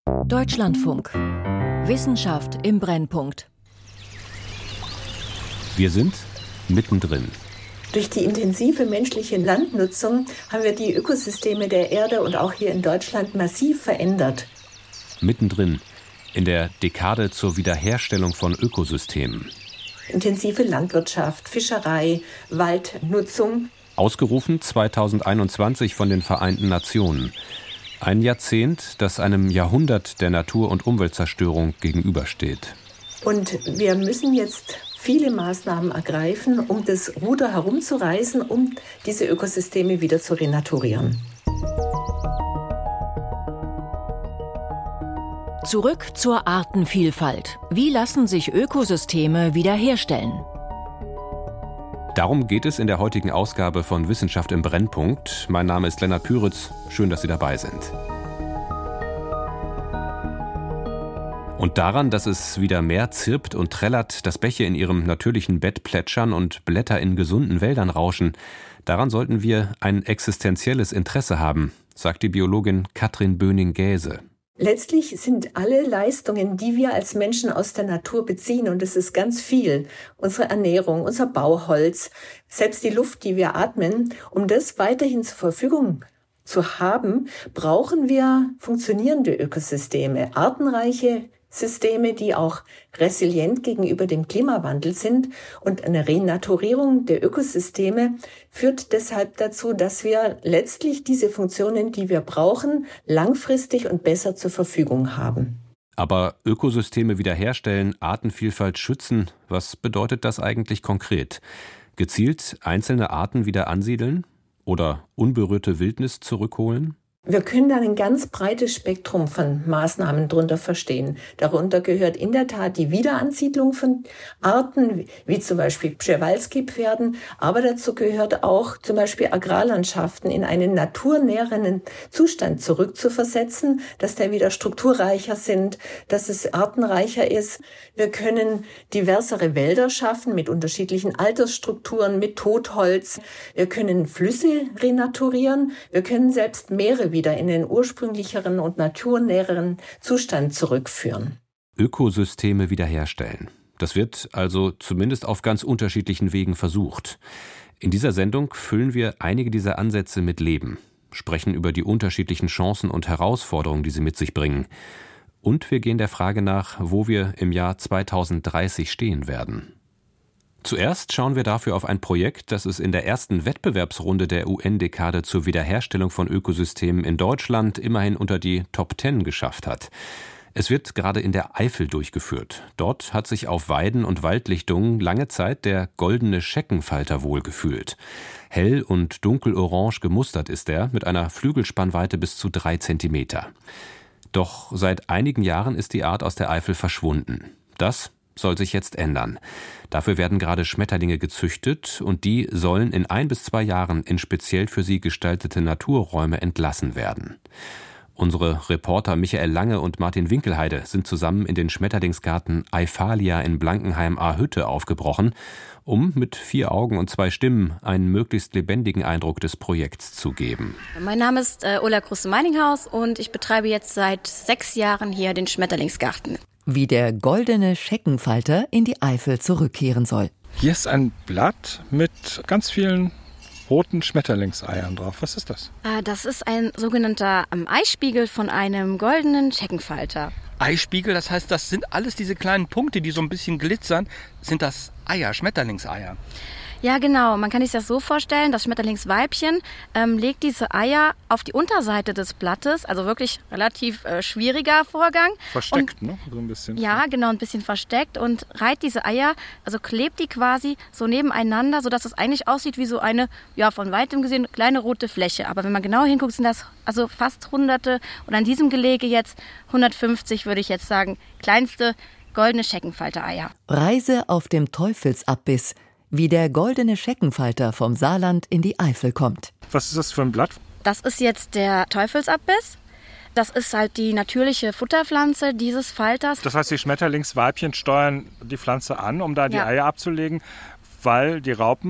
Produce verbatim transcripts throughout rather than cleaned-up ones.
Deutschlandfunk. Wissenschaft im Brennpunkt. Wir sind mittendrin. Durch die intensive menschliche Landnutzung haben wir die Ökosysteme der Erde und auch hier in Deutschland massiv verändert. Mittendrin in der Dekade zur Wiederherstellung von Ökosystemen. Intensive Landwirtschaft, Fischerei, Waldnutzung. Ausgerufen zweitausendeinundzwanzig von den Vereinten Nationen. Ein Jahrzehnt, das einem Jahrhundert der Natur- und Umweltzerstörung gegenübersteht. Und wir müssen jetzt viele Maßnahmen ergreifen, um das Ruder herumzureißen, um diese Ökosysteme wieder zu renaturieren. Zurück zur Artenvielfalt. Wie lassen sich Ökosysteme wiederherstellen? Darum geht es in der heutigen Ausgabe von Wissenschaft im Brennpunkt. Mein Name ist Lennart Püritz. Schön, dass Sie dabei sind. Und daran, dass es wieder mehr zirpt und trällert, dass Bäche in ihrem natürlichen Bett plätschern und Blätter in gesunden Wäldern rauschen, daran sollten wir ein existenzielles Interesse haben, sagt die Biologin Katrin Böning-Gäse. Letztlich sind alle Leistungen, die wir als Menschen aus der Natur beziehen, und es ist ganz viel, unsere Ernährung, unser Bauholz, selbst die Luft, die wir atmen, um das weiterhin zur Verfügung zu haben, brauchen wir funktionierende Ökosysteme, artenreiche Systeme, die auch resilient gegenüber dem Klimawandel sind. Und eine Renaturierung der Ökosysteme führt deshalb dazu, dass wir letztlich diese Funktionen, die wir brauchen, langfristig und besser zur Verfügung haben. Aber Ökosysteme wiederherstellen, Artenvielfalt schützen, was bedeutet das eigentlich konkret? Gezielt einzelne Arten wieder ansiedeln oder unberührte Wildnis zurückholen? Wir können da ein ganz breites Spektrum von Maßnahmen drunter verstehen. Darunter gehört in der Tat die Wiederansiedlung von Arten, wie zum Beispiel Przewalski-Pferden, aber dazu gehört auch zum Beispiel Agrarlandschaften in einen naturnäheren Zustand zurückzuversetzen, dass der wieder strukturreicher sind, dass es artenreicher ist. Wir können diversere Wälder schaffen mit unterschiedlichen Altersstrukturen, mit Totholz. Wir können Flüsse renaturieren. Wir können selbst Meere wieder in den ursprünglicheren und naturnäheren Zustand zurückführen. Ökosysteme wiederherstellen. Das wird also zumindest auf ganz unterschiedlichen Wegen versucht. In dieser Sendung füllen wir einige dieser Ansätze mit Leben, sprechen über die unterschiedlichen Chancen und Herausforderungen, die sie mit sich bringen. Und wir gehen der Frage nach, wo wir im Jahr zweitausenddreißig stehen werden. Zuerst schauen wir dafür auf ein Projekt, das es in der ersten Wettbewerbsrunde der U N-Dekade zur Wiederherstellung von Ökosystemen in Deutschland immerhin unter die Top Ten geschafft hat. Es wird gerade in der Eifel durchgeführt. Dort hat sich auf Weiden und Waldlichtungen lange Zeit der goldene Scheckenfalter wohlgefühlt. Hell und dunkelorange gemustert ist er, mit einer Flügelspannweite bis zu drei Zentimeter. Doch seit einigen Jahren ist die Art aus der Eifel verschwunden. Das soll sich jetzt ändern. Dafür werden gerade Schmetterlinge gezüchtet und die sollen in ein bis zwei Jahren in speziell für sie gestaltete Naturräume entlassen werden. Unsere Reporter Michael Lange und Martin Winkelheide sind zusammen in den Schmetterlingsgarten Eifalia in Blankenheim-Ahrhütte aufgebrochen, um mit vier Augen und zwei Stimmen einen möglichst lebendigen Eindruck des Projekts zu geben. Mein Name ist äh, Ulla Krusse-Meininghaus und ich betreibe jetzt seit sechs Jahren hier den Schmetterlingsgarten. Wie der goldene Scheckenfalter in die Eifel zurückkehren soll. Hier ist ein Blatt mit ganz vielen roten Schmetterlingseiern drauf. Was ist das? Das ist ein sogenannter Eispiegel von einem goldenen Scheckenfalter. Eispiegel, das heißt, das sind alles diese kleinen Punkte, die so ein bisschen glitzern. Sind das Eier, Schmetterlingseier? Ja, genau. Man kann sich das so vorstellen, das Schmetterlingsweibchen ähm, legt diese Eier auf die Unterseite des Blattes, also wirklich relativ äh, schwieriger Vorgang. Versteckt, und, ne? So ein bisschen. Ja, genau, ein bisschen versteckt und reiht diese Eier, also klebt die quasi so nebeneinander, sodass es eigentlich aussieht wie so eine, ja, von weitem gesehen, kleine rote Fläche. Aber wenn man genau hinguckt, sind das also fast Hunderte und an diesem Gelege jetzt hundertfünfzig, würde ich jetzt sagen, kleinste goldene Scheckenfalter-Eier. Reise auf dem Teufelsabbiss. Wie der goldene Scheckenfalter vom Saarland in die Eifel kommt. Was ist das für ein Blatt? Das ist jetzt der Teufelsabbiss. Das ist halt die natürliche Futterpflanze dieses Falters. Das heißt, die Schmetterlingsweibchen steuern die Pflanze an, um da die ja. Eier abzulegen, weil die Raupen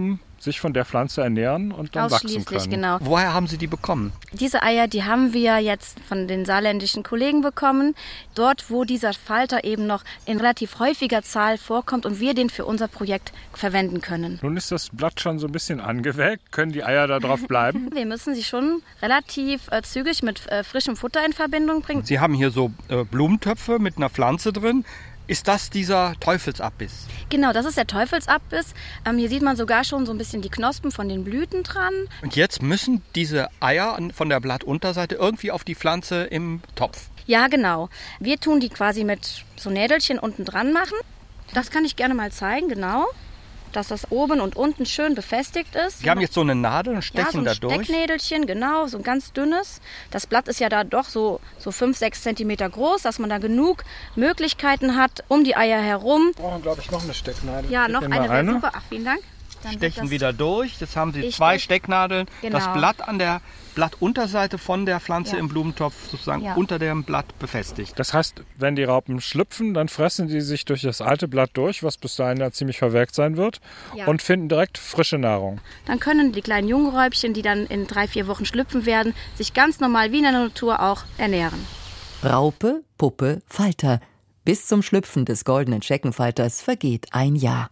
sich von der Pflanze ernähren und dann wachsen können. Genau. Woher haben Sie die bekommen? Diese Eier, die haben wir jetzt von den saarländischen Kollegen bekommen. Dort, wo dieser Falter eben noch in relativ häufiger Zahl vorkommt und wir den für unser Projekt verwenden können. Nun ist das Blatt schon so ein bisschen angewelkt. Können die Eier da drauf bleiben? Wir müssen sie schon relativ äh, zügig mit äh, frischem Futter in Verbindung bringen. Sie haben hier so äh, Blumentöpfe mit einer Pflanze drin. Ist das dieser Teufelsabbiss? Genau, das ist der Teufelsabbiss. Ähm, hier sieht man sogar schon so ein bisschen die Knospen von den Blüten dran. Und jetzt müssen diese Eier von der Blattunterseite irgendwie auf die Pflanze im Topf. Ja, genau. Wir tun die quasi mit so Nädelchen unten dran machen. Das kann ich gerne mal zeigen, genau. Dass das oben und unten schön befestigt ist. Sie haben jetzt so eine Nadel und stechen ja, so ein da durch? Stecknädelchen, genau, so ein ganz dünnes. Das Blatt ist ja da doch so, so fünf, sechs Zentimeter groß, dass man da genug Möglichkeiten hat, um die Eier herum. Wir brauchen, glaube ich, noch eine Stecknadel. Ja, noch eine wäre super. Ach, vielen Dank. Dann Stechen wieder durch. Jetzt haben Sie zwei Stecknadeln. Genau. Das Blatt an der Blattunterseite von der Pflanze Ja. im Blumentopf sozusagen Ja. unter dem Blatt befestigt. Das heißt, wenn die Raupen schlüpfen, dann fressen die sich durch das alte Blatt durch, was bis dahin ja ziemlich verwelkt sein wird, Ja. und finden direkt frische Nahrung. Dann können die kleinen Jungräubchen, die dann in drei, vier Wochen schlüpfen werden, sich ganz normal wie in der Natur auch ernähren. Raupe, Puppe, Falter. Bis zum Schlüpfen des goldenen Scheckenfalters vergeht ein Jahr.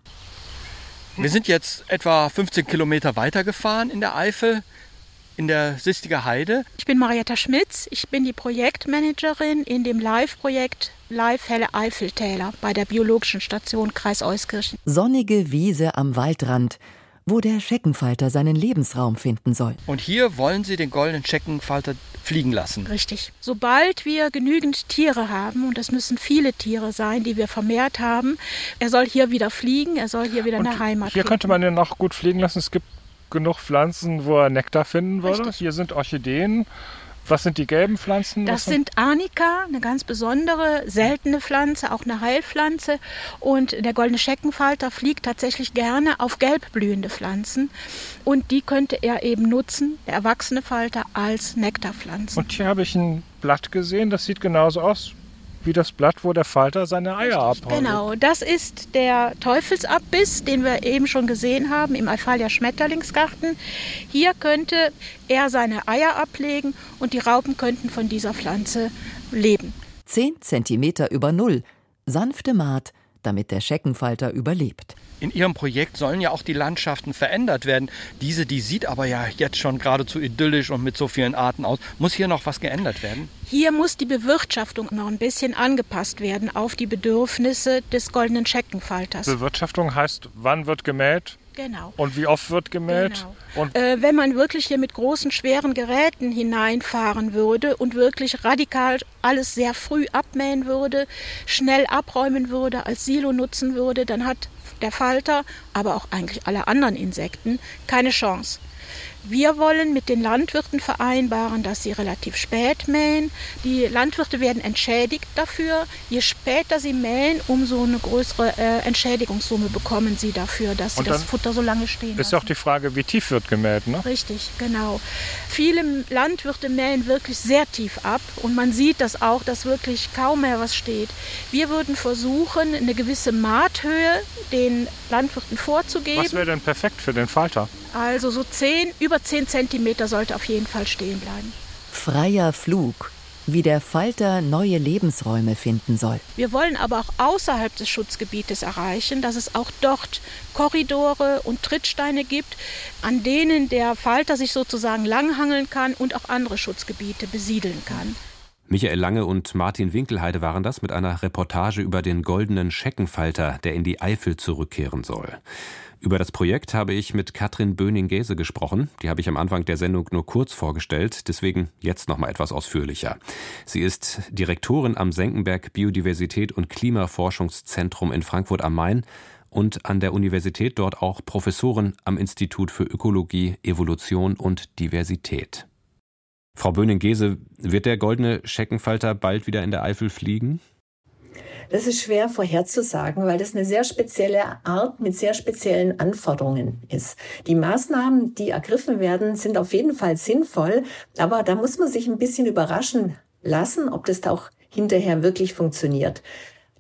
Wir sind jetzt etwa fünfzehn Kilometer weitergefahren in der Eifel, in der Sistiger Heide. Ich bin Marietta Schmitz, ich bin die Projektmanagerin in dem Live-Projekt Live Helle Eifeltäler bei der Biologischen Station Kreis Euskirchen. Sonnige Wiese am Waldrand, wo der Scheckenfalter seinen Lebensraum finden soll. Und hier wollen Sie den goldenen Scheckenfalter fliegen lassen. Richtig. Sobald wir genügend Tiere haben, und es müssen viele Tiere sein, die wir vermehrt haben, er soll hier wieder fliegen, er soll hier wieder Und eine Heimat hier finden. könnte man den noch gut fliegen lassen. Es gibt genug Pflanzen, wo er Nektar finden würde. Richtig. Hier sind Orchideen. Was sind die gelben Pflanzen? Das Was sind Arnika, eine ganz besondere, seltene Pflanze, auch eine Heilpflanze. Und der goldene Scheckenfalter fliegt tatsächlich gerne auf gelb blühende Pflanzen. Und die könnte er eben nutzen, der erwachsene Falter, als Nektarpflanzen. Und hier habe ich ein Blatt gesehen, das sieht genauso aus wie das Blatt, wo der Falter seine Eier abhaut. Genau, das ist der Teufelsabbiss, den wir eben schon gesehen haben im Euphalia Schmetterlingsgarten. Hier könnte er seine Eier ablegen und die Raupen könnten von dieser Pflanze leben. Zehn Zentimeter über Null. Sanfte Maat, damit der Scheckenfalter überlebt. In Ihrem Projekt sollen ja auch die Landschaften verändert werden. Diese, die sieht aber ja jetzt schon geradezu idyllisch und mit so vielen Arten aus. Muss hier noch was geändert werden? Hier muss die Bewirtschaftung noch ein bisschen angepasst werden auf die Bedürfnisse des goldenen Scheckenfalters. Bewirtschaftung heißt, wann wird gemäht? Genau. Und wie oft wird gemäht? Genau. Und Äh, wenn man wirklich hier mit großen, schweren Geräten hineinfahren würde und wirklich radikal alles sehr früh abmähen würde, schnell abräumen würde, als Silo nutzen würde, dann hat der Falter, aber auch eigentlich alle anderen Insekten, keine Chance. Wir wollen mit den Landwirten vereinbaren, dass sie relativ spät mähen. Die Landwirte werden entschädigt dafür. Je später sie mähen, umso eine größere äh, Entschädigungssumme bekommen sie dafür, dass sie Und das dann Futter so lange stehen ist lassen. auch die Frage, wie tief wird gemäht, ne? Richtig, genau. Viele Landwirte mähen wirklich sehr tief ab und man sieht das auch, dass wirklich kaum mehr was steht. Wir würden versuchen, eine gewisse Mahthöhe den Landwirten vorzugeben. Was wäre denn perfekt für den Falter? Also so zehn, über zehn Zentimeter sollte auf jeden Fall stehen bleiben. Freier Flug, wie der Falter neue Lebensräume finden soll. Wir wollen aber auch außerhalb des Schutzgebietes erreichen, dass es auch dort Korridore und Trittsteine gibt, an denen der Falter sich sozusagen langhangeln kann und auch andere Schutzgebiete besiedeln kann. Michael Lange und Martin Winkelheide waren das mit einer Reportage über den goldenen Scheckenfalter, der in die Eifel zurückkehren soll. Über das Projekt habe ich mit Katrin Böning-Gäse gesprochen. Die habe ich am Anfang der Sendung nur kurz vorgestellt, deswegen jetzt noch mal etwas ausführlicher. Sie ist Direktorin am Senckenberg Biodiversität und Klimaforschungszentrum in Frankfurt am Main und an der Universität dort auch Professorin am Institut für Ökologie, Evolution und Diversität. Frau Böning-Gäse, wird der goldene Scheckenfalter bald wieder in der Eifel fliegen? Das ist schwer vorherzusagen, weil das eine sehr spezielle Art mit sehr speziellen Anforderungen ist. Die Maßnahmen, die ergriffen werden, sind auf jeden Fall sinnvoll, aber da muss man sich ein bisschen überraschen lassen, ob das da auch hinterher wirklich funktioniert.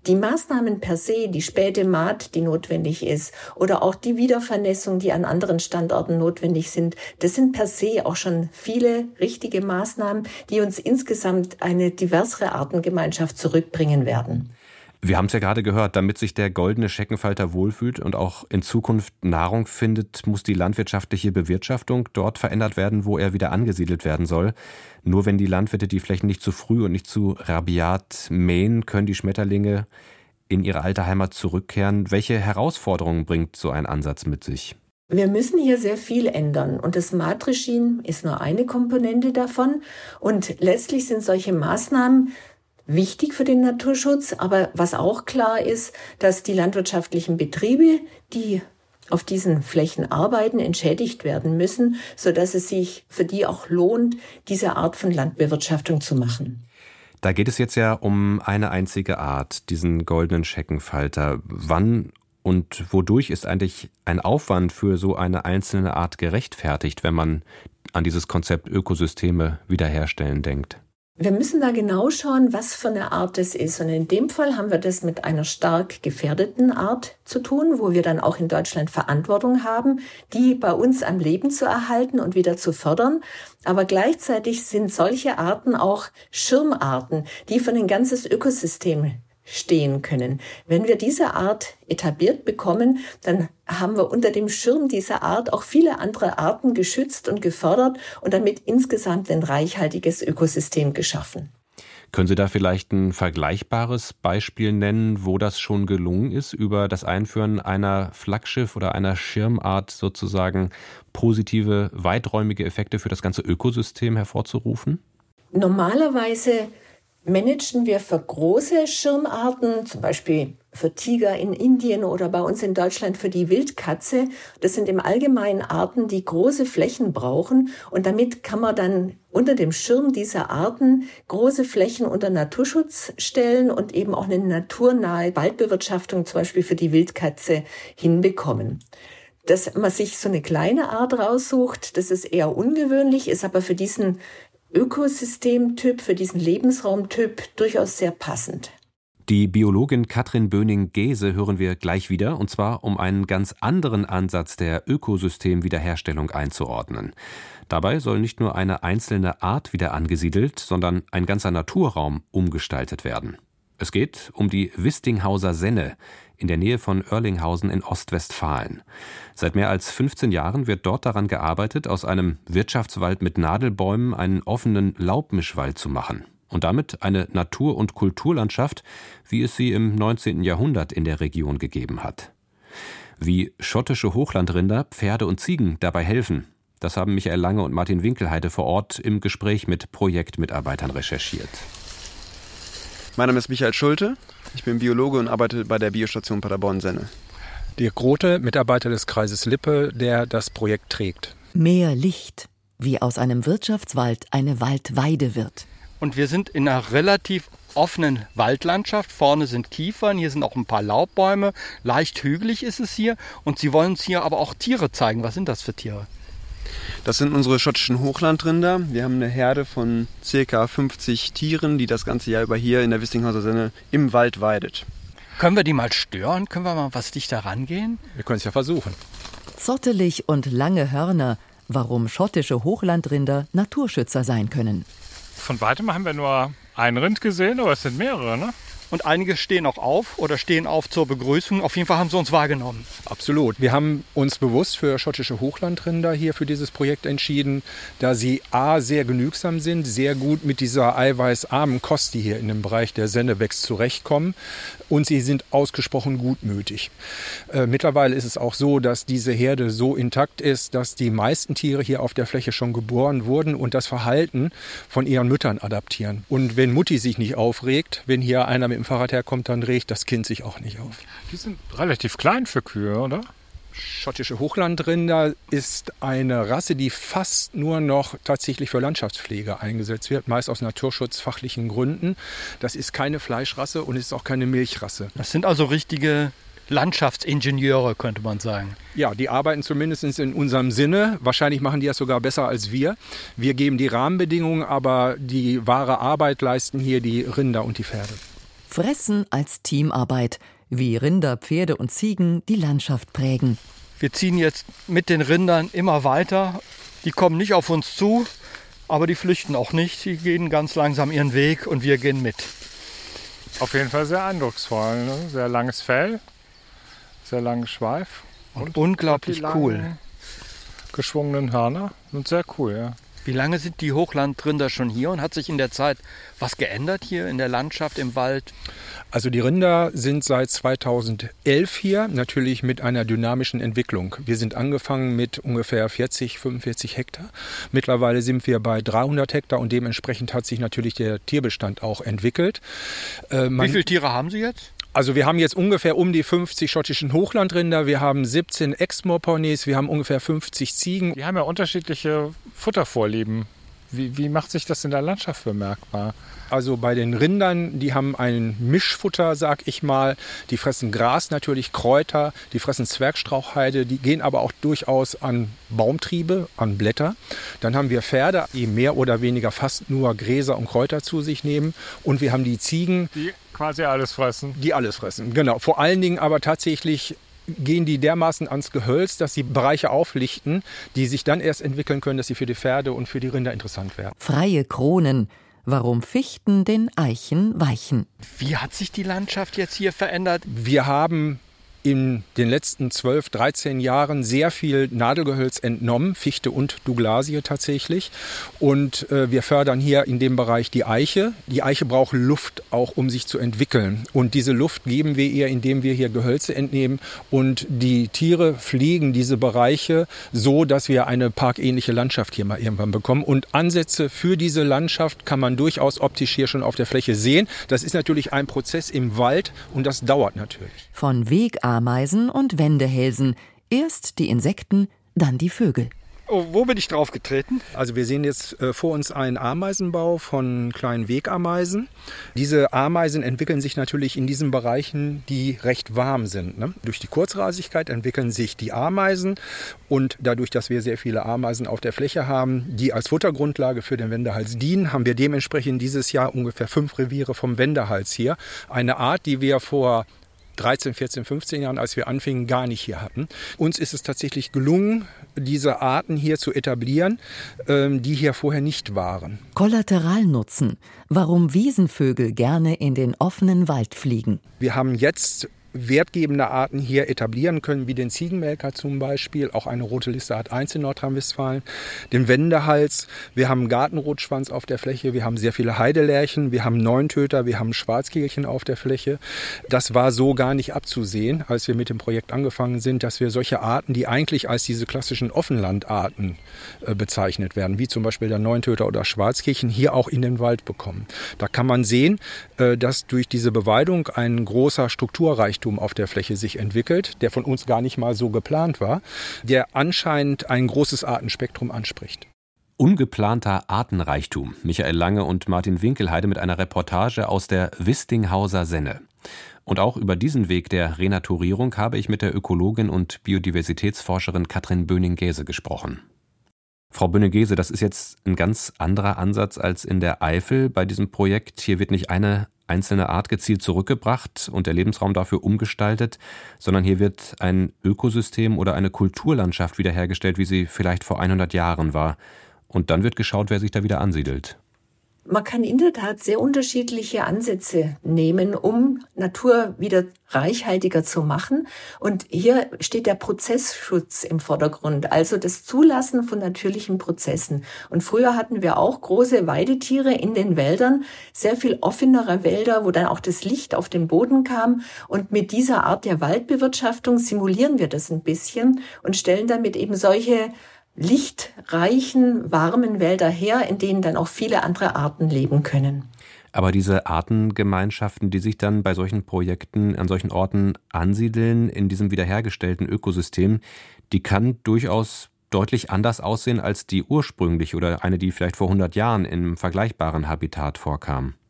Die Maßnahmen per se, die späte Mahd, die notwendig ist, oder auch die Wiedervernässung, die an anderen Standorten notwendig sind, das sind per se auch schon viele richtige Maßnahmen, die uns insgesamt eine diversere Artengemeinschaft zurückbringen werden. Wir haben es ja gerade gehört, damit sich der goldene Scheckenfalter wohlfühlt und auch in Zukunft Nahrung findet, muss die landwirtschaftliche Bewirtschaftung dort verändert werden, wo er wieder angesiedelt werden soll. Nur wenn die Landwirte die Flächen nicht zu früh und nicht zu rabiat mähen, können die Schmetterlinge in ihre alte Heimat zurückkehren. Welche Herausforderungen bringt so ein Ansatz mit sich? Wir müssen hier sehr viel ändern und das Mahd-Regime ist nur eine Komponente davon und letztlich sind solche Maßnahmen wichtig für den Naturschutz, aber was auch klar ist, dass die landwirtschaftlichen Betriebe, die auf diesen Flächen arbeiten, entschädigt werden müssen, sodass es sich für die auch lohnt, diese Art von Landbewirtschaftung zu machen. Da geht es jetzt ja um eine einzige Art, diesen goldenen Scheckenfalter. Wann und wodurch ist eigentlich ein Aufwand für so eine einzelne Art gerechtfertigt, wenn man an dieses Konzept Ökosysteme wiederherstellen denkt? Wir müssen da genau schauen, was für eine Art es ist. Und in dem Fall haben wir das mit einer stark gefährdeten Art zu tun, wo wir dann auch in Deutschland Verantwortung haben, die bei uns am Leben zu erhalten und wieder zu fördern. Aber gleichzeitig sind solche Arten auch Schirmarten, die für ein ganzes Ökosystem stehen können. Wenn wir diese Art etabliert bekommen, dann haben wir unter dem Schirm dieser Art auch viele andere Arten geschützt und gefördert und damit insgesamt ein reichhaltiges Ökosystem geschaffen. Können Sie da vielleicht ein vergleichbares Beispiel nennen, wo das schon gelungen ist, über das Einführen einer Flaggschiff- oder einer Schirmart sozusagen positive, weiträumige Effekte für das ganze Ökosystem hervorzurufen? Normalerweise managen wir für große Schirmarten, zum Beispiel für Tiger in Indien oder bei uns in Deutschland für die Wildkatze. Das sind im Allgemeinen Arten, die große Flächen brauchen. Und damit kann man dann unter dem Schirm dieser Arten große Flächen unter Naturschutz stellen und eben auch eine naturnahe Waldbewirtschaftung zum Beispiel für die Wildkatze hinbekommen. Dass man sich so eine kleine Art raussucht, das ist eher ungewöhnlich, ist aber für diesen Ökosystemtyp, für diesen Lebensraumtyp durchaus sehr passend. Die Biologin Katrin Böning-Gehse hören wir gleich wieder, und zwar um einen ganz anderen Ansatz der Ökosystemwiederherstellung einzuordnen. Dabei soll nicht nur eine einzelne Art wieder angesiedelt, sondern ein ganzer Naturraum umgestaltet werden. Es geht um die Wistinghauser Senne in der Nähe von Oerlinghausen in Ostwestfalen. Seit mehr als fünfzehn Jahren wird dort daran gearbeitet, aus einem Wirtschaftswald mit Nadelbäumen einen offenen Laubmischwald zu machen und damit eine Natur- und Kulturlandschaft, wie es sie im neunzehnten Jahrhundert in der Region gegeben hat. Wie schottische Hochlandrinder, Pferde und Ziegen dabei helfen, das haben Michael Lange und Martin Winkelheide vor Ort im Gespräch mit Projektmitarbeitern recherchiert. Mein Name ist Michael Schulte, ich bin Biologe und arbeite bei der Biostation Paderborn-Senne. Dirk Grote, Mitarbeiter des Kreises Lippe, der das Projekt trägt. Mehr Licht, wie aus einem Wirtschaftswald eine Waldweide wird. Und wir sind in einer relativ offenen Waldlandschaft. Vorne sind Kiefern, hier sind auch ein paar Laubbäume. Leicht hügelig ist es hier. Und Sie wollen uns hier aber auch Tiere zeigen. Was sind das für Tiere? Das sind unsere schottischen Hochlandrinder. Wir haben eine Herde von ca. fünfzig Tieren, die das ganze Jahr über hier in der Wistinghauser Senne im Wald weidet. Können wir die mal stören? Können wir mal was dichter rangehen? Wir können es ja versuchen. Zottelig und lange Hörner, warum schottische Hochlandrinder Naturschützer sein können. Von weitem haben wir nur ein Rind gesehen, aber es sind mehrere, ne? Und einige stehen auch auf oder stehen auf zur Begrüßung. Auf jeden Fall haben sie uns wahrgenommen. Absolut. Wir haben uns bewusst für schottische Hochlandrinder hier für dieses Projekt entschieden, da sie a. sehr genügsam sind, sehr gut mit dieser eiweißarmen Kost, die hier in dem Bereich der Senne wächst, zurechtkommen. Und sie sind ausgesprochen gutmütig. Äh, mittlerweile ist es auch so, dass diese Herde so intakt ist, dass die meisten Tiere hier auf der Fläche schon geboren wurden und das Verhalten von ihren Müttern adaptieren. Und wenn Mutti sich nicht aufregt, wenn hier einer mit dem Fahrrad herkommt, dann regt das Kind sich auch nicht auf. Die sind relativ klein für Kühe, oder? Schottische Hochlandrinder ist eine Rasse, die fast nur noch tatsächlich für Landschaftspflege eingesetzt wird, meist aus naturschutzfachlichen Gründen. Das ist keine Fleischrasse und ist auch keine Milchrasse. Das sind also richtige Landschaftsingenieure, könnte man sagen. Ja, die arbeiten zumindest in unserem Sinne. Wahrscheinlich machen die das sogar besser als wir. Wir geben die Rahmenbedingungen, aber die wahre Arbeit leisten hier die Rinder und die Pferde. Fressen als Teamarbeit, wie Rinder, Pferde und Ziegen die Landschaft prägen. Wir ziehen jetzt mit den Rindern immer weiter. Die kommen nicht auf uns zu, aber die flüchten auch nicht. Sie gehen ganz langsam ihren Weg und wir gehen mit. Auf jeden Fall sehr eindrucksvoll. Ne? Sehr langes Fell, sehr langen Schweif. Und, und unglaublich cool. Geschwungenen Hörner und sehr cool, ja. Wie lange sind die Hochlandrinder schon hier und hat sich in der Zeit was geändert hier in der Landschaft, im Wald? Also die Rinder sind seit zweitausendelf hier, natürlich mit einer dynamischen Entwicklung. Wir sind angefangen mit ungefähr vierzig, fünfundvierzig Hektar. Mittlerweile sind wir bei dreihundert Hektar und dementsprechend hat sich natürlich der Tierbestand auch entwickelt. Äh, Wie viele Tiere haben Sie jetzt? Also wir haben jetzt ungefähr um die fünfzig schottischen Hochlandrinder, wir haben siebzehn Exmoor-Ponys, wir haben ungefähr fünfzig Ziegen. Die haben ja unterschiedliche Futtervorlieben. Wie, wie macht sich das in der Landschaft bemerkbar? Also bei den Rindern, die haben ein Mischfutter, sag ich mal. Die fressen Gras natürlich, Kräuter, die fressen Zwergstrauchheide, die gehen aber auch durchaus an Baumtriebe, an Blätter. Dann haben wir Pferde, die mehr oder weniger fast nur Gräser und Kräuter zu sich nehmen. Und wir haben die Ziegen, die quasi alles fressen. Die alles fressen, genau. Vor allen Dingen aber tatsächlich gehen die dermaßen ans Gehölz, dass sie Bereiche auflichten, die sich dann erst entwickeln können, dass sie für die Pferde und für die Rinder interessant werden. Freie Kronen. Warum Fichten den Eichen weichen. Wie hat sich die Landschaft jetzt hier verändert? Wir haben in den letzten zwölf, dreizehn Jahren sehr viel Nadelgehölz entnommen, Fichte und Douglasie tatsächlich. Und äh, wir fördern hier in dem Bereich die Eiche. Die Eiche braucht Luft auch, um sich zu entwickeln. Und diese Luft geben wir ihr, indem wir hier Gehölze entnehmen. Und die Tiere pflegen diese Bereiche so, dass wir eine parkähnliche Landschaft hier mal irgendwann bekommen. Und Ansätze für diese Landschaft kann man durchaus optisch hier schon auf der Fläche sehen. Das ist natürlich ein Prozess im Wald und das dauert natürlich. Von Wegameisen und Wendehälsen. Erst die Insekten, dann die Vögel. Oh, wo bin ich drauf getreten? Also wir sehen jetzt äh, vor uns einen Ameisenbau von kleinen Wegameisen. Diese Ameisen entwickeln sich natürlich in diesen Bereichen, die recht warm sind. Ne? Durch die Kurzrasigkeit entwickeln sich die Ameisen und dadurch, dass wir sehr viele Ameisen auf der Fläche haben, die als Futtergrundlage für den Wendehals dienen, haben wir dementsprechend dieses Jahr ungefähr fünf Reviere vom Wendehals hier. Eine Art, die wir vor dreizehn, vierzehn, fünfzehn Jahren, als wir anfingen, gar nicht hier hatten. Uns ist es tatsächlich gelungen, diese Arten hier zu etablieren, die hier vorher nicht waren. Kollateralnutzen. Warum Wiesenvögel gerne in den offenen Wald fliegen. Wir haben jetzt wertgebende Arten hier etablieren können, wie den Ziegenmelker zum Beispiel, auch eine rote Liste Art eins in Nordrhein-Westfalen, den Wendehals, wir haben Gartenrotschwanz auf der Fläche, wir haben sehr viele Heidelärchen, wir haben Neuntöter, wir haben Schwarzkehlchen auf der Fläche. Das war so gar nicht abzusehen, als wir mit dem Projekt angefangen sind, dass wir solche Arten, die eigentlich als diese klassischen Offenlandarten äh, bezeichnet werden, wie zum Beispiel der Neuntöter oder Schwarzkehlchen, hier auch in den Wald bekommen. Da kann man sehen, äh, dass durch diese Beweidung ein großer Strukturreichtum auf der Fläche sich entwickelt, der von uns gar nicht mal so geplant war, der anscheinend ein großes Artenspektrum anspricht. Ungeplanter Artenreichtum. Michael Lange und Martin Winkelheide mit einer Reportage aus der Wistinghauser Senne. Und auch über diesen Weg der Renaturierung habe ich mit der Ökologin und Biodiversitätsforscherin Katrin Böning-Gäse gesprochen. Frau Böning-Gäse, das ist jetzt ein ganz anderer Ansatz als in der Eifel bei diesem Projekt. Hier wird nicht eine einzelne Art gezielt zurückgebracht und der Lebensraum dafür umgestaltet, sondern hier wird ein Ökosystem oder eine Kulturlandschaft wiederhergestellt, wie sie vielleicht vor hundert Jahren war. Und dann wird geschaut, wer sich da wieder ansiedelt. Man kann in der Tat sehr unterschiedliche Ansätze nehmen, um Natur wieder reichhaltiger zu machen. Und hier steht der Prozessschutz im Vordergrund, also das Zulassen von natürlichen Prozessen. Und früher hatten wir auch große Weidetiere in den Wäldern, sehr viel offenere Wälder, wo dann auch das Licht auf den Boden kam. Und mit dieser Art der Waldbewirtschaftung simulieren wir das ein bisschen und stellen damit eben solche lichtreichen, warmen Wälder her, in denen dann auch viele andere Arten leben können. Aber diese Artengemeinschaften, die sich dann bei solchen Projekten an solchen Orten ansiedeln, in diesem wiederhergestellten Ökosystem, die kann durchaus deutlich anders aussehen als die ursprünglich oder eine, die vielleicht vor hundert Jahren im vergleichbaren Habitat vorkam.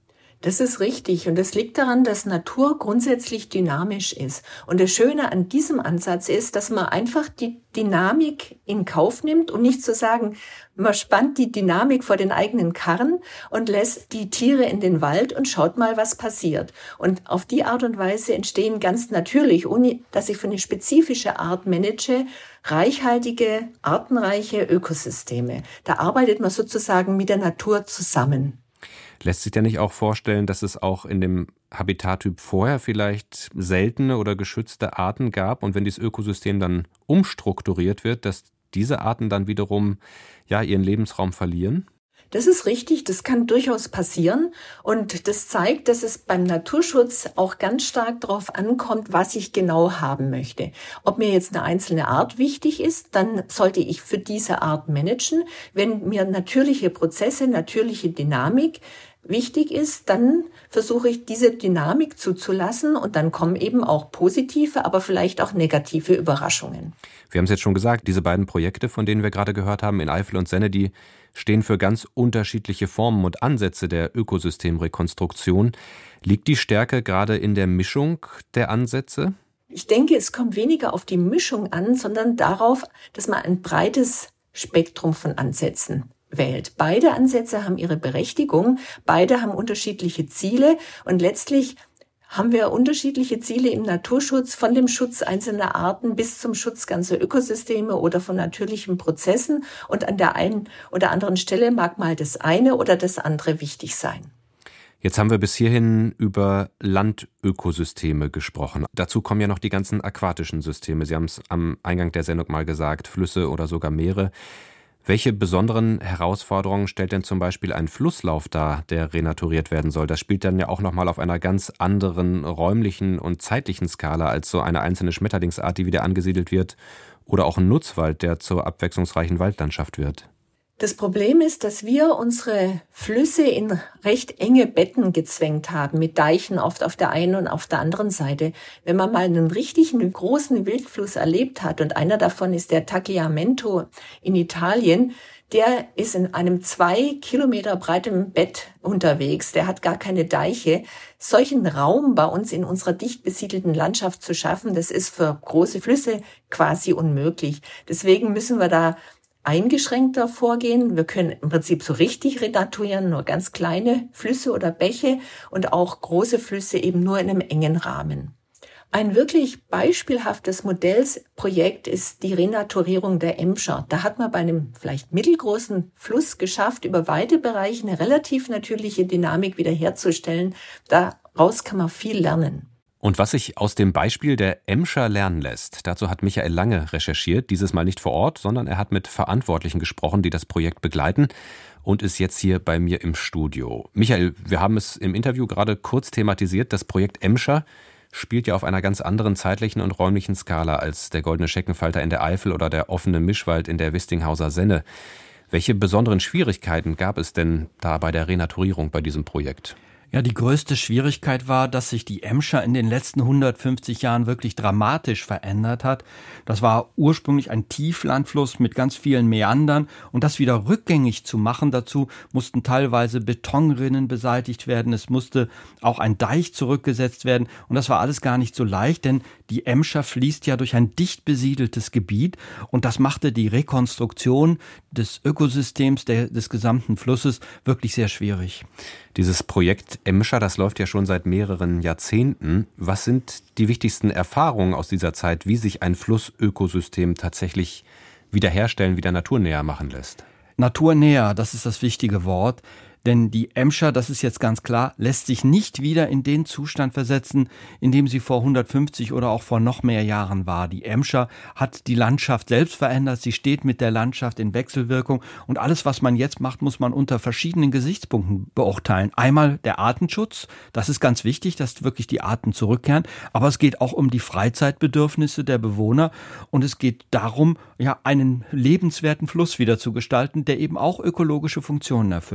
Das ist richtig und das liegt daran, dass Natur grundsätzlich dynamisch ist. Und das Schöne an diesem Ansatz ist, dass man einfach die Dynamik in Kauf nimmt, um nicht zu sagen, man spannt die Dynamik vor den eigenen Karren und lässt die Tiere in den Wald und schaut mal, was passiert. Und auf die Art und Weise entstehen ganz natürlich, ohne dass ich für eine spezifische Art manage, reichhaltige, artenreiche Ökosysteme. Da arbeitet man sozusagen mit der Natur zusammen. Lässt sich denn nicht auch vorstellen, dass es auch in dem Habitattyp vorher vielleicht seltene oder geschützte Arten gab und wenn dieses Ökosystem dann umstrukturiert wird, dass diese Arten dann wiederum ja ihren Lebensraum verlieren? Das ist richtig, das kann durchaus passieren und das zeigt, dass es beim Naturschutz auch ganz stark darauf ankommt, was ich genau haben möchte. Ob mir jetzt eine einzelne Art wichtig ist, dann sollte ich für diese Art managen. Wenn mir natürliche Prozesse, natürliche Dynamik wichtig ist, dann versuche ich diese Dynamik zuzulassen und dann kommen eben auch positive, aber vielleicht auch negative Überraschungen. Wir haben es jetzt schon gesagt, diese beiden Projekte, von denen wir gerade gehört haben, in Eifel und Senne, die stehen für ganz unterschiedliche Formen und Ansätze der Ökosystemrekonstruktion. Liegt die Stärke gerade in der Mischung der Ansätze? Ich denke, es kommt weniger auf die Mischung an, sondern darauf, dass man ein breites Spektrum von Ansätzen wählt. Beide Ansätze haben ihre Berechtigung, beide haben unterschiedliche Ziele und letztlich haben wir unterschiedliche Ziele im Naturschutz, von dem Schutz einzelner Arten bis zum Schutz ganzer Ökosysteme oder von natürlichen Prozessen. Und an der einen oder anderen Stelle mag mal das eine oder das andere wichtig sein. Jetzt haben wir bis hierhin über Landökosysteme gesprochen. Dazu kommen ja noch die ganzen aquatischen Systeme. Sie haben es am Eingang der Sendung mal gesagt, Flüsse oder sogar Meere. Welche besonderen Herausforderungen stellt denn zum Beispiel ein Flusslauf dar, der renaturiert werden soll? Das spielt dann ja auch nochmal auf einer ganz anderen räumlichen und zeitlichen Skala als so eine einzelne Schmetterlingsart, die wieder angesiedelt wird, oder auch ein Nutzwald, der zur abwechslungsreichen Waldlandschaft wird. Das Problem ist, dass wir unsere Flüsse in recht enge Betten gezwängt haben, mit Deichen oft auf der einen und auf der anderen Seite. Wenn man mal einen richtigen großen Wildfluss erlebt hat, und einer davon ist der Tagliamento in Italien, der ist in einem zwei Kilometer breiten Bett unterwegs, der hat gar keine Deiche. Solchen Raum bei uns in unserer dicht besiedelten Landschaft zu schaffen, das ist für große Flüsse quasi unmöglich. Deswegen müssen wir da eingeschränkter vorgehen. Wir können im Prinzip so richtig renaturieren, nur ganz kleine Flüsse oder Bäche und auch große Flüsse eben nur in einem engen Rahmen. Ein wirklich beispielhaftes Modellprojekt ist die Renaturierung der Emscher. Da hat man bei einem vielleicht mittelgroßen Fluss geschafft, über weite Bereiche eine relativ natürliche Dynamik wiederherzustellen. Daraus kann man viel lernen. Und was sich aus dem Beispiel der Emscher lernen lässt, dazu hat Michael Lange recherchiert, dieses Mal nicht vor Ort, sondern er hat mit Verantwortlichen gesprochen, die das Projekt begleiten und ist jetzt hier bei mir im Studio. Michael, wir haben es im Interview gerade kurz thematisiert, das Projekt Emscher spielt ja auf einer ganz anderen zeitlichen und räumlichen Skala als der Goldene Scheckenfalter in der Eifel oder der offene Mischwald in der Wistinghauser Senne. Welche besonderen Schwierigkeiten gab es denn da bei der Renaturierung bei diesem Projekt? Ja, die größte Schwierigkeit war, dass sich die Emscher in den letzten hundertfünfzig Jahren wirklich dramatisch verändert hat. Das war ursprünglich ein Tieflandfluss mit ganz vielen Meandern und das wieder rückgängig zu machen, dazu mussten teilweise Betonrinnen beseitigt werden, es musste auch ein Deich zurückgesetzt werden und das war alles gar nicht so leicht, denn die Emscher fließt ja durch ein dicht besiedeltes Gebiet und das machte die Rekonstruktion des Ökosystems der, des gesamten Flusses wirklich sehr schwierig. Dieses Projekt Emscher, das läuft ja schon seit mehreren Jahrzehnten. Was sind die wichtigsten Erfahrungen aus dieser Zeit, wie sich ein Flussökosystem tatsächlich wiederherstellen, wieder naturnäher machen lässt? Naturnäher, das ist das wichtige Wort. Denn die Emscher, das ist jetzt ganz klar, lässt sich nicht wieder in den Zustand versetzen, in dem sie vor hundertfünfzig oder auch vor noch mehr Jahren war. Die Emscher hat die Landschaft selbst verändert, sie steht mit der Landschaft in Wechselwirkung und alles, was man jetzt macht, muss man unter verschiedenen Gesichtspunkten beurteilen. Einmal der Artenschutz, das ist ganz wichtig, dass wirklich die Arten zurückkehren, aber es geht auch um die Freizeitbedürfnisse der Bewohner und es geht darum, ja, einen lebenswerten Fluss wieder zu gestalten, der eben auch ökologische Funktionen erfüllt.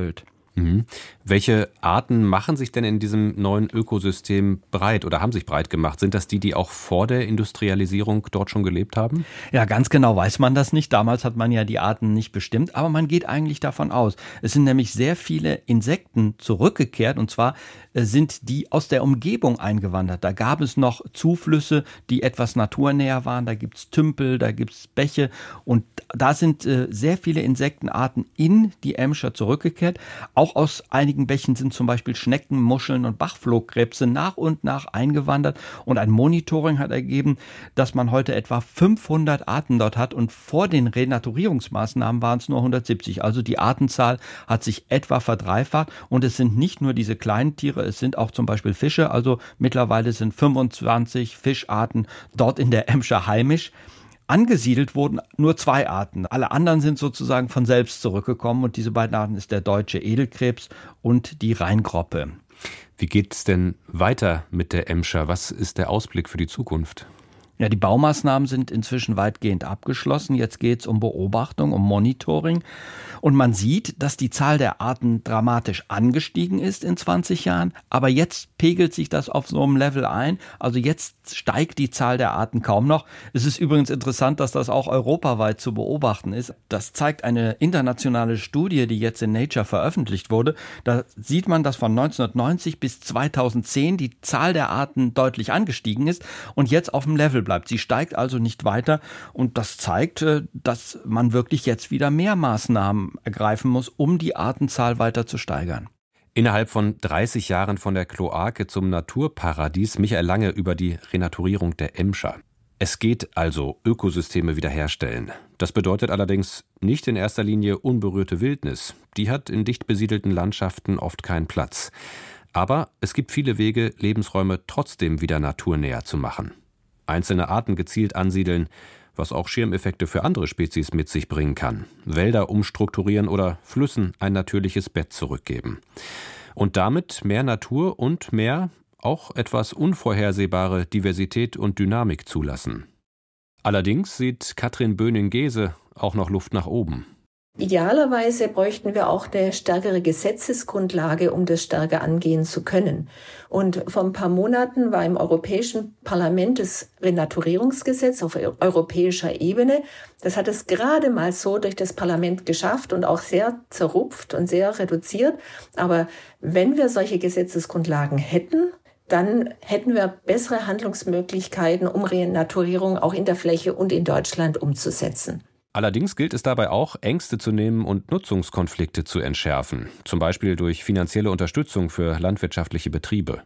Mhm. Welche Arten machen sich denn in diesem neuen Ökosystem breit oder haben sich breit gemacht? Sind das die, die auch vor der Industrialisierung dort schon gelebt haben? Ja, ganz genau weiß man das nicht. Damals hat man ja die Arten nicht bestimmt, aber man geht eigentlich davon aus. Es sind nämlich sehr viele Insekten zurückgekehrt, und zwar sind die aus der Umgebung eingewandert. Da gab es noch Zuflüsse, die etwas naturnäher waren. Da gibt es Tümpel, da gibt es Bäche, und da sind äh, sehr viele Insektenarten in die Emscher zurückgekehrt. Auch aus einigen Bächen sind zum Beispiel Schnecken, Muscheln und Bachflohkrebse nach und nach eingewandert, und ein Monitoring hat ergeben, dass man heute etwa fünfhundert Arten dort hat, und vor den Renaturierungsmaßnahmen waren es nur hundertsiebzig. Also die Artenzahl hat sich etwa verdreifacht, und es sind nicht nur diese kleinen Tiere, es sind auch zum Beispiel Fische. Also mittlerweile sind fünfundzwanzig Fischarten dort in der Emscher heimisch. Angesiedelt wurden nur zwei Arten. Alle anderen sind sozusagen von selbst zurückgekommen, und diese beiden Arten ist der deutsche Edelkrebs und die Rheingroppe. Wie geht es denn weiter mit der Emscher? Was ist der Ausblick für die Zukunft? Ja, die Baumaßnahmen sind inzwischen weitgehend abgeschlossen. Jetzt geht es um Beobachtung, um Monitoring. Und man sieht, dass die Zahl der Arten dramatisch angestiegen ist in zwanzig Jahren. Aber jetzt pegelt sich das auf so einem Level ein. Also jetzt steigt die Zahl der Arten kaum noch. Es ist übrigens interessant, dass das auch europaweit zu beobachten ist. Das zeigt eine internationale Studie, die jetzt in Nature veröffentlicht wurde. Da sieht man, dass von neunzehnhundertneunzig bis zweitausendzehn die Zahl der Arten deutlich angestiegen ist und jetzt auf dem Level bleibt. Sie steigt also nicht weiter, und das zeigt, dass man wirklich jetzt wieder mehr Maßnahmen ergreifen muss, um die Artenzahl weiter zu steigern. Innerhalb von dreißig Jahren von der Kloake zum Naturparadies, Michael Lange über die Renaturierung der Emscher. Es geht also Ökosysteme wiederherstellen. Das bedeutet allerdings nicht in erster Linie unberührte Wildnis. Die hat in dicht besiedelten Landschaften oft keinen Platz. Aber es gibt viele Wege, Lebensräume trotzdem wieder naturnäher zu machen. Einzelne Arten gezielt ansiedeln, was auch Schirmeffekte für andere Spezies mit sich bringen kann. Wälder umstrukturieren oder Flüssen ein natürliches Bett zurückgeben. Und damit mehr Natur und mehr, auch etwas unvorhersehbare Diversität und Dynamik zulassen. Allerdings sieht Katrin Böning-Gese auch noch Luft nach oben. Idealerweise bräuchten wir auch eine stärkere Gesetzesgrundlage, um das stärker angehen zu können. Und vor ein paar Monaten war im Europäischen Parlament das Renaturierungsgesetz auf europäischer Ebene. Das hat es gerade mal so durch das Parlament geschafft und auch sehr zerrupft und sehr reduziert. Aber wenn wir solche Gesetzesgrundlagen hätten, dann hätten wir bessere Handlungsmöglichkeiten, um Renaturierung auch in der Fläche und in Deutschland umzusetzen. Allerdings gilt es dabei auch, Ängste zu nehmen und Nutzungskonflikte zu entschärfen, zum Beispiel durch finanzielle Unterstützung für landwirtschaftliche Betriebe.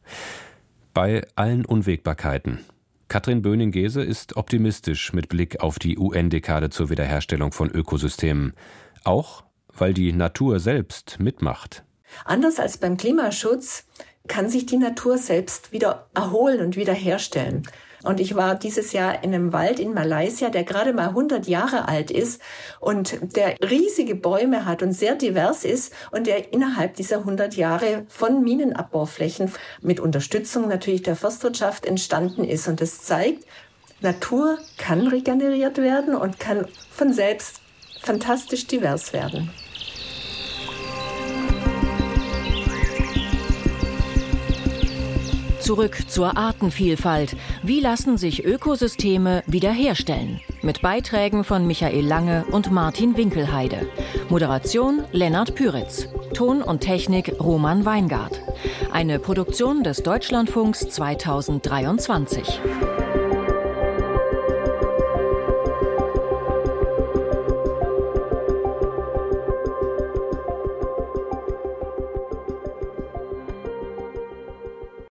Bei allen Unwägbarkeiten. Katrin Böning-Gese ist optimistisch mit Blick auf die U N-Dekade zur Wiederherstellung von Ökosystemen, auch weil die Natur selbst mitmacht. Anders als beim Klimaschutz kann sich die Natur selbst wieder erholen und wiederherstellen. Und ich war dieses Jahr in einem Wald in Malaysia, der gerade mal hundert Jahre alt ist und der riesige Bäume hat und sehr divers ist und der innerhalb dieser hundert Jahre von Minenabbauflächen mit Unterstützung natürlich der Forstwirtschaft entstanden ist. Und das zeigt, Natur kann regeneriert werden und kann von selbst fantastisch divers werden. Zurück zur Artenvielfalt. Wie lassen sich Ökosysteme wiederherstellen? Mit Beiträgen von Michael Lange und Martin Winkelheide. Moderation Lennart Püritz. Ton und Technik Roman Weingart. Eine Produktion des Deutschlandfunks zweitausenddreiundzwanzig.